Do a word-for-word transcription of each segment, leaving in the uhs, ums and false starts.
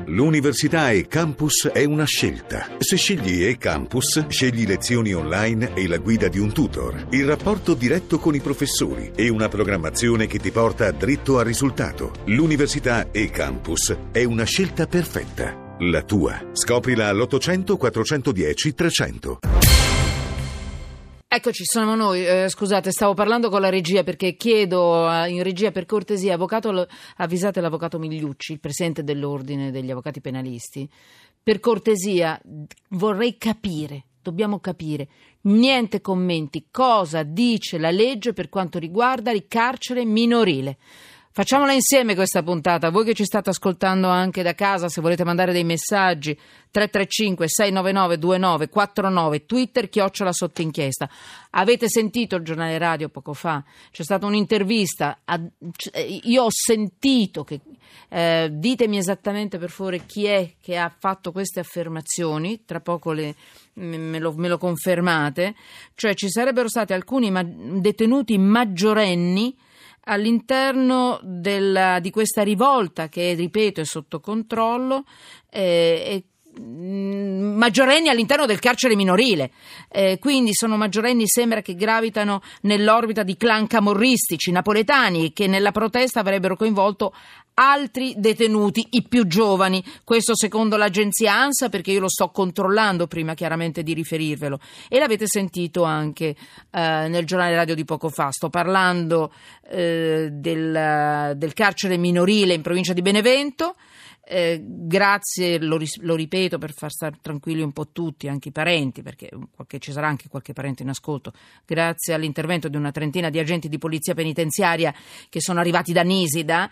L'università e-Campus è una scelta. Se scegli e-Campus, scegli lezioni online e la guida di un tutor, il rapporto diretto con i professori e una programmazione che ti porta dritto al risultato. L'università e-Campus è una scelta perfetta. La tua. Scoprila all'ottocento quattrocentodieci trecento. Eccoci, siamo noi. Eh, scusate, stavo parlando con la regia perché chiedo eh, in regia per cortesia, avvocato, avvisate l'avvocato Migliucci, il presidente dell'ordine degli avvocati penalisti. Per cortesia, vorrei capire, dobbiamo capire, niente commenti, cosa dice la legge per quanto riguarda il carcere minorile. Facciamola insieme questa puntata. Voi che ci state ascoltando anche da casa, se volete mandare dei messaggi, tre tre cinque sei nove nove due nove quattro nove, Twitter chiocciola sotto inchiesta. Avete sentito il giornale radio poco fa? C'è stata un'intervista. A, io ho sentito che eh, ditemi esattamente per favore chi è che ha fatto queste affermazioni. Tra poco le, me, lo, me lo confermate. Cioè ci sarebbero stati alcuni ma- detenuti maggiorenni all'interno della, di questa rivolta che, ripeto, è sotto controllo, eh, e maggiorenni all'interno del carcere minorile, eh, quindi sono maggiorenni, sembra che gravitano nell'orbita di clan camorristici napoletani che nella protesta avrebbero coinvolto altri detenuti, i più giovani, questo secondo l'agenzia ANSA, perché io lo sto controllando prima chiaramente di riferirvelo, e l'avete sentito anche eh, nel giornale radio di poco fa. Sto parlando eh, del, del carcere minorile in provincia di Benevento. Eh, grazie, lo, lo ripeto per far stare tranquilli un po' tutti, anche i parenti, perché qualche, ci sarà anche qualche parente in ascolto, grazie all'intervento di una trentina di agenti di polizia penitenziaria che sono arrivati da Nisida,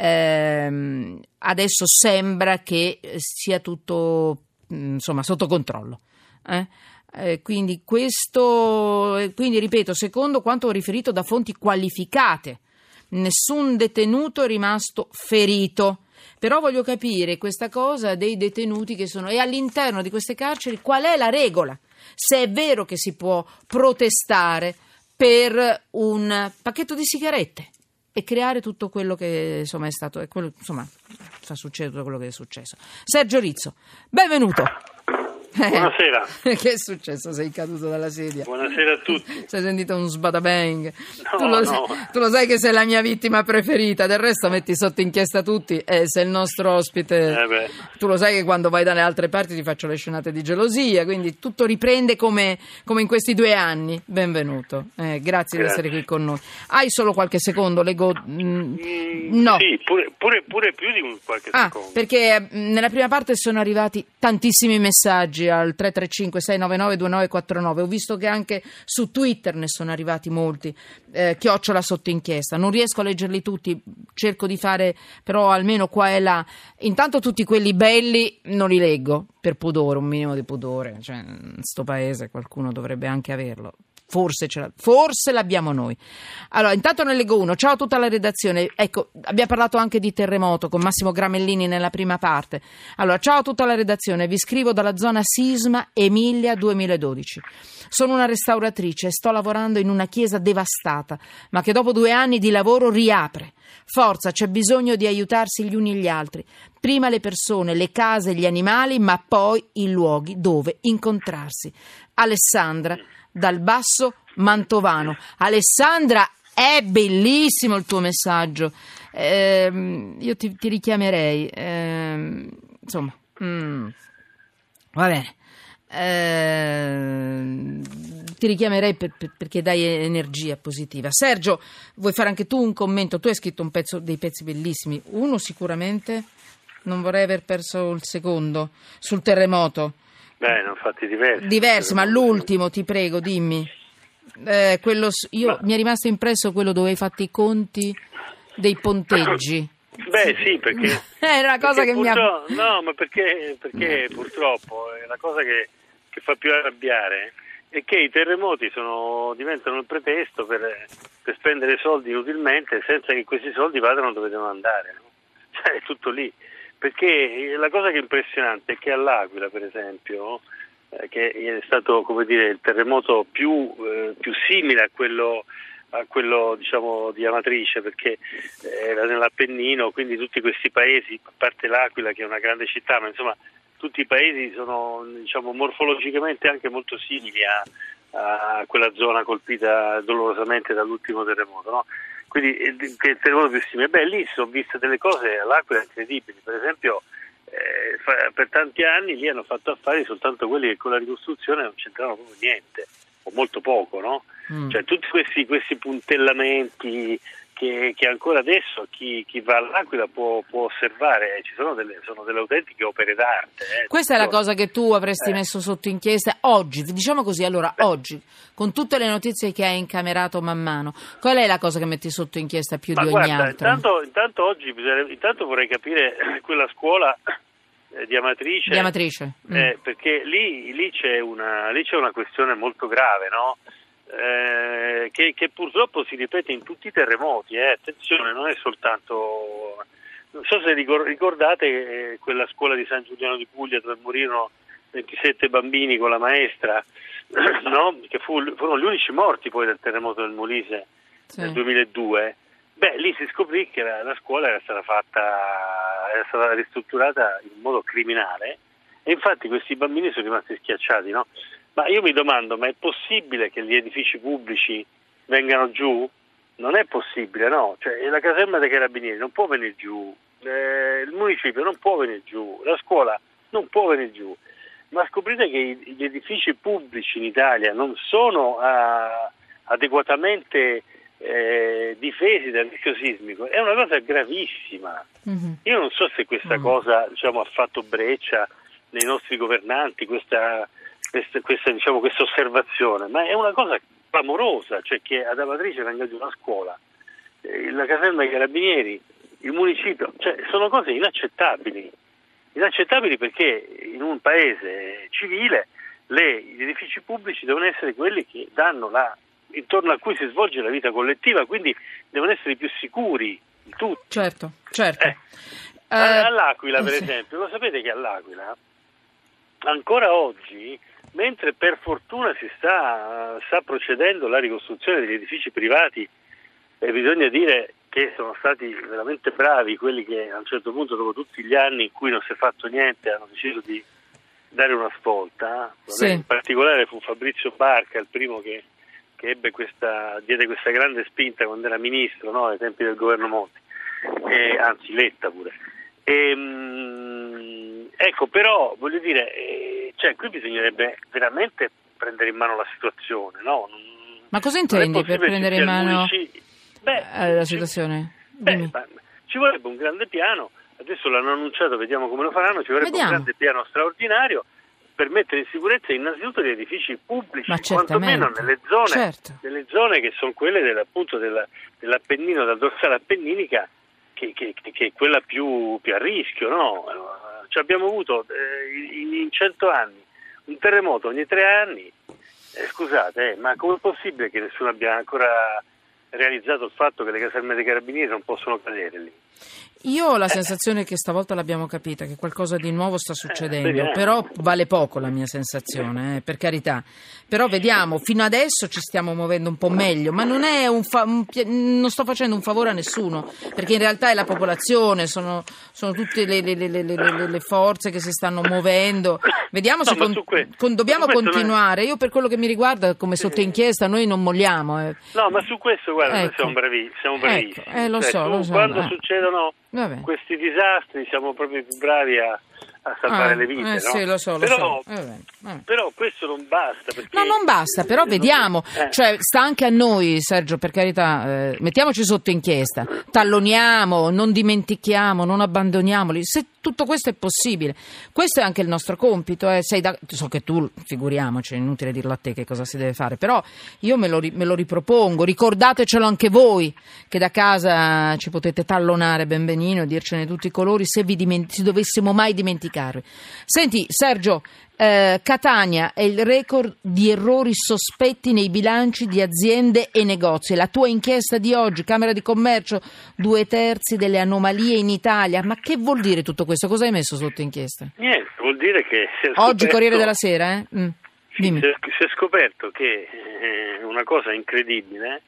ehm, adesso sembra che sia tutto insomma sotto controllo. Eh? Eh, quindi questo, quindi ripeto, secondo quanto ho riferito da fonti qualificate, nessun detenuto è rimasto ferito. Però voglio capire questa cosa dei detenuti che sono, e all'interno di queste carceri qual è la regola? Se è vero che si può protestare per un pacchetto di sigarette e creare tutto quello che insomma è stato, è quello, insomma sta succedendo tutto quello che è successo. Sergio Rizzo, benvenuto. Buonasera. Che è successo? Sei caduto dalla sedia? Buonasera a tutti. Sei sentito un sbadabang? No, tu, lo, no. tu lo sai che sei la mia vittima preferita, del resto metti sotto inchiesta tutti e sei il nostro ospite. Eh beh. Tu lo sai che quando vai dalle altre parti ti faccio le scenate di gelosia, quindi tutto riprende come, come in questi due anni. Benvenuto, eh, grazie, grazie di essere qui con noi. Hai solo qualche secondo? Leggo. Mm, no. Sì, pure, pure, pure più di un qualche ah, secondo. Perché nella prima parte sono arrivati tantissimi messaggi al tre tre cinque sei nove nove due nove quattro nove. Ho visto che anche su Twitter ne sono arrivati molti, eh, chiocciola sotto inchiesta. Non riesco a leggerli tutti, cerco di fare però almeno qua e là. Intanto tutti quelli belli non li leggo per pudore, un minimo di pudore, cioè in sto paese qualcuno dovrebbe anche averlo. Forse, ce l'ha, forse l'abbiamo noi. Allora, intanto ne leggo uno. Ciao a tutta la redazione. Ecco, abbiamo parlato anche di terremoto con Massimo Gramellini nella prima parte. Allora, ciao a tutta la redazione. Vi scrivo dalla zona sisma Emilia duemiladodici. Sono una restauratrice e sto lavorando in una chiesa devastata, ma che dopo due anni di lavoro riapre. Forza, c'è bisogno di aiutarsi gli uni gli altri. Prima le persone, le case, gli animali, ma poi i luoghi dove incontrarsi. Alessandra dal Basso Mantovano. Alessandra, è bellissimo il tuo messaggio. Eh, io ti, ti richiamerei. Eh, insomma, mm, va bene. Eh, ti richiamerei per, per, perché dai energia positiva. Sergio, vuoi fare anche tu un commento? Tu hai scritto un pezzo, dei pezzi bellissimi. Uno sicuramente, non vorrei aver perso il secondo, sul terremoto. Beh, ne ho fatti diversi. Diversi, ma l'ultimo, ti prego, dimmi. Eh, quello, io, ma... mi è rimasto impresso quello dove hai fatto i conti dei ponteggi. Beh, sì, perché... È una cosa che mi ha... No, ma perché, perché purtroppo è la cosa che, che fa più arrabbiare è che i terremoti sono, diventano il pretesto per, per spendere soldi inutilmente senza che questi soldi vadano dove devono andare, no? Cioè, è tutto lì. Perché la cosa che è impressionante è che all'Aquila, per esempio, eh, che è stato, come dire, il terremoto più, eh, più simile a quello a quello diciamo di Amatrice, perché era nell'Appennino, quindi tutti questi paesi, a parte l'Aquila che è una grande città, ma insomma tutti i paesi sono diciamo morfologicamente anche molto simili a, a quella zona colpita dolorosamente dall'ultimo terremoto, no? Quindi che il terremoto più simile. Beh, lì sono viste delle cose all'Aquila incredibili, per esempio eh, fa, per tanti anni lì hanno fatto affari soltanto quelli che con la ricostruzione non c'entravano proprio niente, o molto poco, no? Mm. Cioè tutti questi, questi puntellamenti che, che ancora adesso chi, chi va all'Aquila può, può osservare, ci sono delle, sono delle autentiche opere d'arte. Eh. Questa sono... è la cosa che tu avresti eh. messo sotto inchiesta oggi, diciamo così, allora Beh. oggi, con tutte le notizie che hai incamerato man mano, qual è la cosa che metti sotto inchiesta più Ma di guarda, ogni altra? Intanto, intanto oggi intanto vorrei capire quella scuola eh, di Amatrice, di Amatrice. Mm. Eh, perché lì, lì, c'è una, lì c'è una questione molto grave, no? Eh, che, che purtroppo si ripete in tutti i terremoti, eh. Attenzione, non è soltanto, non so se ricordate eh, quella scuola di San Giuliano di Puglia dove morirono ventisette bambini con la maestra, no? Che fu, furono gli unici morti poi del terremoto del Molise sì. nel duemiladue. Beh, lì si scoprì che la, la scuola era stata fatta, era stata ristrutturata in modo criminale e infatti questi bambini sono rimasti schiacciati, no? Ma io mi domando, ma è possibile che gli edifici pubblici vengano giù? Non è possibile, no? Cioè la caserma dei carabinieri non può venire giù, eh, il municipio non può venire giù, la scuola non può venire giù. Ma scoprite che gli edifici pubblici in Italia non sono uh, adeguatamente eh, difesi dal rischio sismico. È una cosa gravissima. Mm-hmm. Io non so se questa mm. cosa diciamo, ha fatto breccia nei nostri governanti, questa... Questa, questa, diciamo, questa osservazione, ma è una cosa clamorosa, cioè che ad Amatrice venga giù una scuola, eh, la caserma dei carabinieri, il municipio, cioè sono cose inaccettabili, inaccettabili perché in un paese civile le, gli edifici pubblici devono essere quelli che danno la, intorno a cui si svolge la vita collettiva, quindi devono essere i più sicuri di tutti. Certo, certo. Eh. Eh, all'Aquila, per sì. esempio, lo sapete che all'Aquila ancora oggi, mentre per fortuna si sta, sta procedendo la ricostruzione degli edifici privati, e bisogna dire che sono stati veramente bravi quelli che a un certo punto, dopo tutti gli anni in cui non si è fatto niente, hanno deciso di dare una svolta. Sì. In particolare fu Fabrizio Barca il primo che, che ebbe questa, diede questa grande spinta quando era ministro, no, ai tempi del governo Monti, e, anzi Letta pure. E, mh, ecco, però voglio dire, eh, cioè qui bisognerebbe veramente prendere in mano la situazione, no? Non, Ma cosa intendi per prendere in mano munici... Beh, eh, la situazione? Beh, ci vorrebbe un grande piano, adesso l'hanno annunciato, vediamo come lo faranno, ci vorrebbe vediamo. un grande piano straordinario per mettere in sicurezza innanzitutto gli edifici pubblici, Ma quantomeno nelle zone, certo. nelle zone che sono quelle del, appunto della, dell'Appennino, della dorsale appenninica, Che, che, che è quella più, più a rischio, no? Cioè abbiamo avuto eh, in, in cento anni un terremoto ogni tre anni, eh, scusate, eh, ma com'è possibile che nessuno abbia ancora realizzato il fatto che le caserme dei carabinieri non possono cadere lì? Io ho la eh. sensazione che stavolta l'abbiamo capita, che qualcosa di nuovo sta succedendo, eh, però vale poco la mia sensazione, eh, per carità. Però vediamo, fino adesso ci stiamo muovendo un po' meglio, ma non è un, fa- un non sto facendo un favore a nessuno, perché in realtà è la popolazione, sono, sono tutte le, le, le, le, le, le forze che si stanno muovendo. Vediamo se no, con, que- con, dobbiamo continuare. è... Io per quello che mi riguarda, come sotto inchiesta, noi non molliamo. Eh. No, ma su questo guarda, ecco. noi siamo bravi, siamo bravissimi. Ecco, eh, lo cioè, so, tu, lo so. Quando eh. succedono Vabbè. questi disastri siamo proprio più bravi a, a salvare ah, le vite, eh, no? Sì, lo so, lo però, so. Vabbè, vabbè. Però questo non basta. Perché No, non basta, però vediamo. Eh. Cioè, sta anche a noi, Sergio, per carità, eh, mettiamoci sotto inchiesta, talloniamo, non dimentichiamo, non abbandoniamoli. Se tutto questo è possibile, questo è anche il nostro compito. Eh. Sei da... So che tu, figuriamoci, è inutile dirlo a te che cosa si deve fare, però io me lo, ri- me lo ripropongo. Ricordatecelo anche voi, che da casa ci potete tallonare benvenino e dircene tutti i colori se vi diment- se dovessimo mai dimenticarvi. Senti, Sergio, eh, Catania è il record di errori sospetti nei bilanci di aziende e negozi. La tua inchiesta di oggi, Camera di Commercio, due terzi delle anomalie in Italia. Ma che vuol dire tutto questo? Cosa hai messo sotto inchiesta? Niente, vuol dire che si è Oggi scoperto... Corriere della Sera, eh? Mm. Sì, si, è, si è scoperto che eh, una cosa incredibile,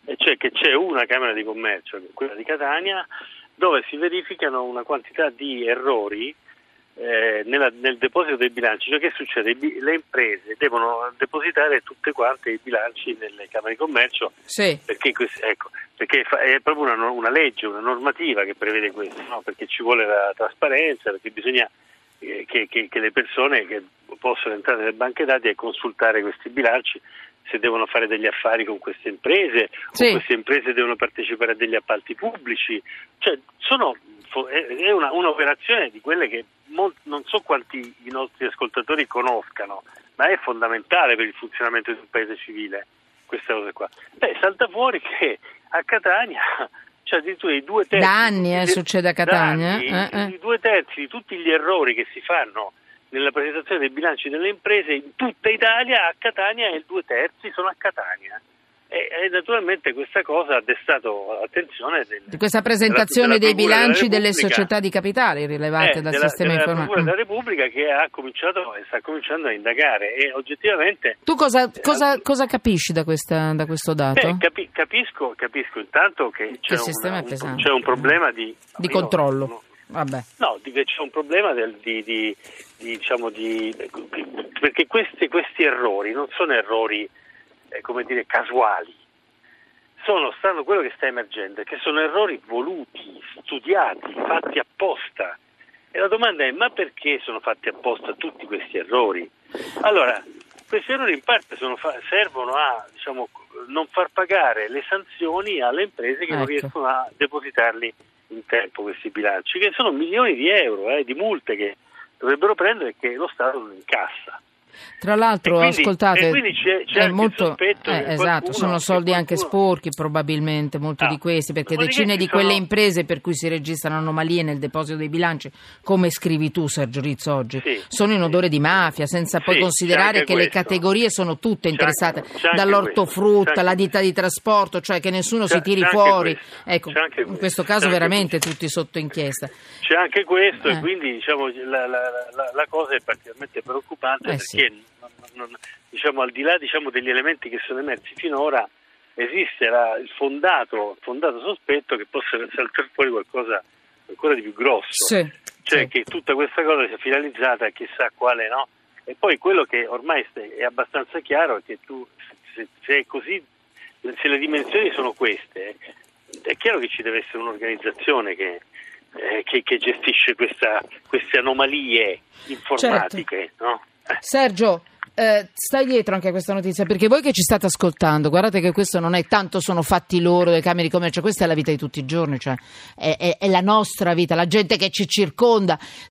e cioè che c'è una Camera di Commercio, che è quella di Catania, dove si verificano una quantità di errori eh, nella, nel deposito dei bilanci. Cioè, che succede? Le imprese devono depositare tutte quante i bilanci nelle Camere di Commercio, sì. perché, ecco, perché è proprio una, una legge, una normativa che prevede questo, no? Perché ci vuole la trasparenza, perché bisogna eh, che, che, che le persone che possono entrare nelle banche dati e consultare questi bilanci, se devono fare degli affari con queste imprese, sì. o queste imprese devono partecipare a degli appalti pubblici, cioè sono, è una, un'operazione di quelle che molti, non so quanti i nostri ascoltatori conoscano, ma è fondamentale per il funzionamento di un paese civile questa cosa qua. Beh, salta fuori che a Catania, cioè addirittura i due terzi da anni eh, succede a Catania anni, eh, eh. i due terzi di tutti gli errori che si fanno nella presentazione dei bilanci delle imprese in tutta Italia, a Catania, e il due terzi sono a Catania. E, e naturalmente questa cosa ha destato l'attenzione del, di questa presentazione della, della dei bilanci delle Repubblica, società di capitali rilevate eh, dal della, sistema della informativo della Repubblica, che ha cominciato e sta cominciando a indagare, e oggettivamente tu cosa, eh, cosa, cosa capisci da, questa, da questo dato? Beh, capi, capisco, capisco intanto che c'è, una, un, c'è un problema di, di no, controllo. No, Vabbè. No, c'è un problema del, di, di, di, diciamo di, perché questi, questi errori non sono errori eh, come dire casuali, sono stanno quello che sta emergendo, che sono errori voluti, studiati, fatti apposta. E la domanda è: ma perché sono fatti apposta tutti questi errori? Allora, questi errori in parte sono, servono a, diciamo, non far pagare le sanzioni alle imprese che ecco. non riescono a depositarli in tempo questi bilanci, che sono milioni di euro eh, di multe che dovrebbero prendere e che lo Stato non incassa. Tra l'altro, quindi, ascoltate, c'è, c'è è molto, eh, esatto, sono soldi qualcuno... anche sporchi probabilmente, molti ah, di questi, perché decine di, di quelle sono... imprese per cui si registrano anomalie nel deposito dei bilanci, come scrivi tu Sergio Rizzo oggi, sì, sono in odore sì. di mafia, senza poi sì, considerare che questo. le categorie sono tutte interessate, c'è anche, c'è dall'ortofrutta alla ditta di trasporto, cioè che nessuno c'è, si tiri fuori, ecco, in questo caso veramente questo. tutti sotto inchiesta. C'è anche questo eh. e quindi diciamo la, la, la, la cosa è particolarmente preoccupante eh, perché sì. Non, non, diciamo, al di là diciamo, degli elementi che sono emersi finora, esiste la, il fondato, fondato sospetto che possa saltare fuori qualcosa ancora di più grosso, sì, cioè sì. che tutta questa cosa sia finalizzata a chissà quale, no? E poi quello che ormai è abbastanza chiaro è che tu, se, se è così, se le dimensioni sono queste, è chiaro che ci deve essere un'organizzazione che, eh, che, che gestisce questa, queste anomalie informatiche, certo. no? Sergio, eh, stai dietro anche a questa notizia, perché voi che ci state ascoltando, guardate che questo non è tanto sono fatti loro delle Camere di Commercio, questa è la vita di tutti i giorni, cioè è, è, è la nostra vita, la gente che ci circonda.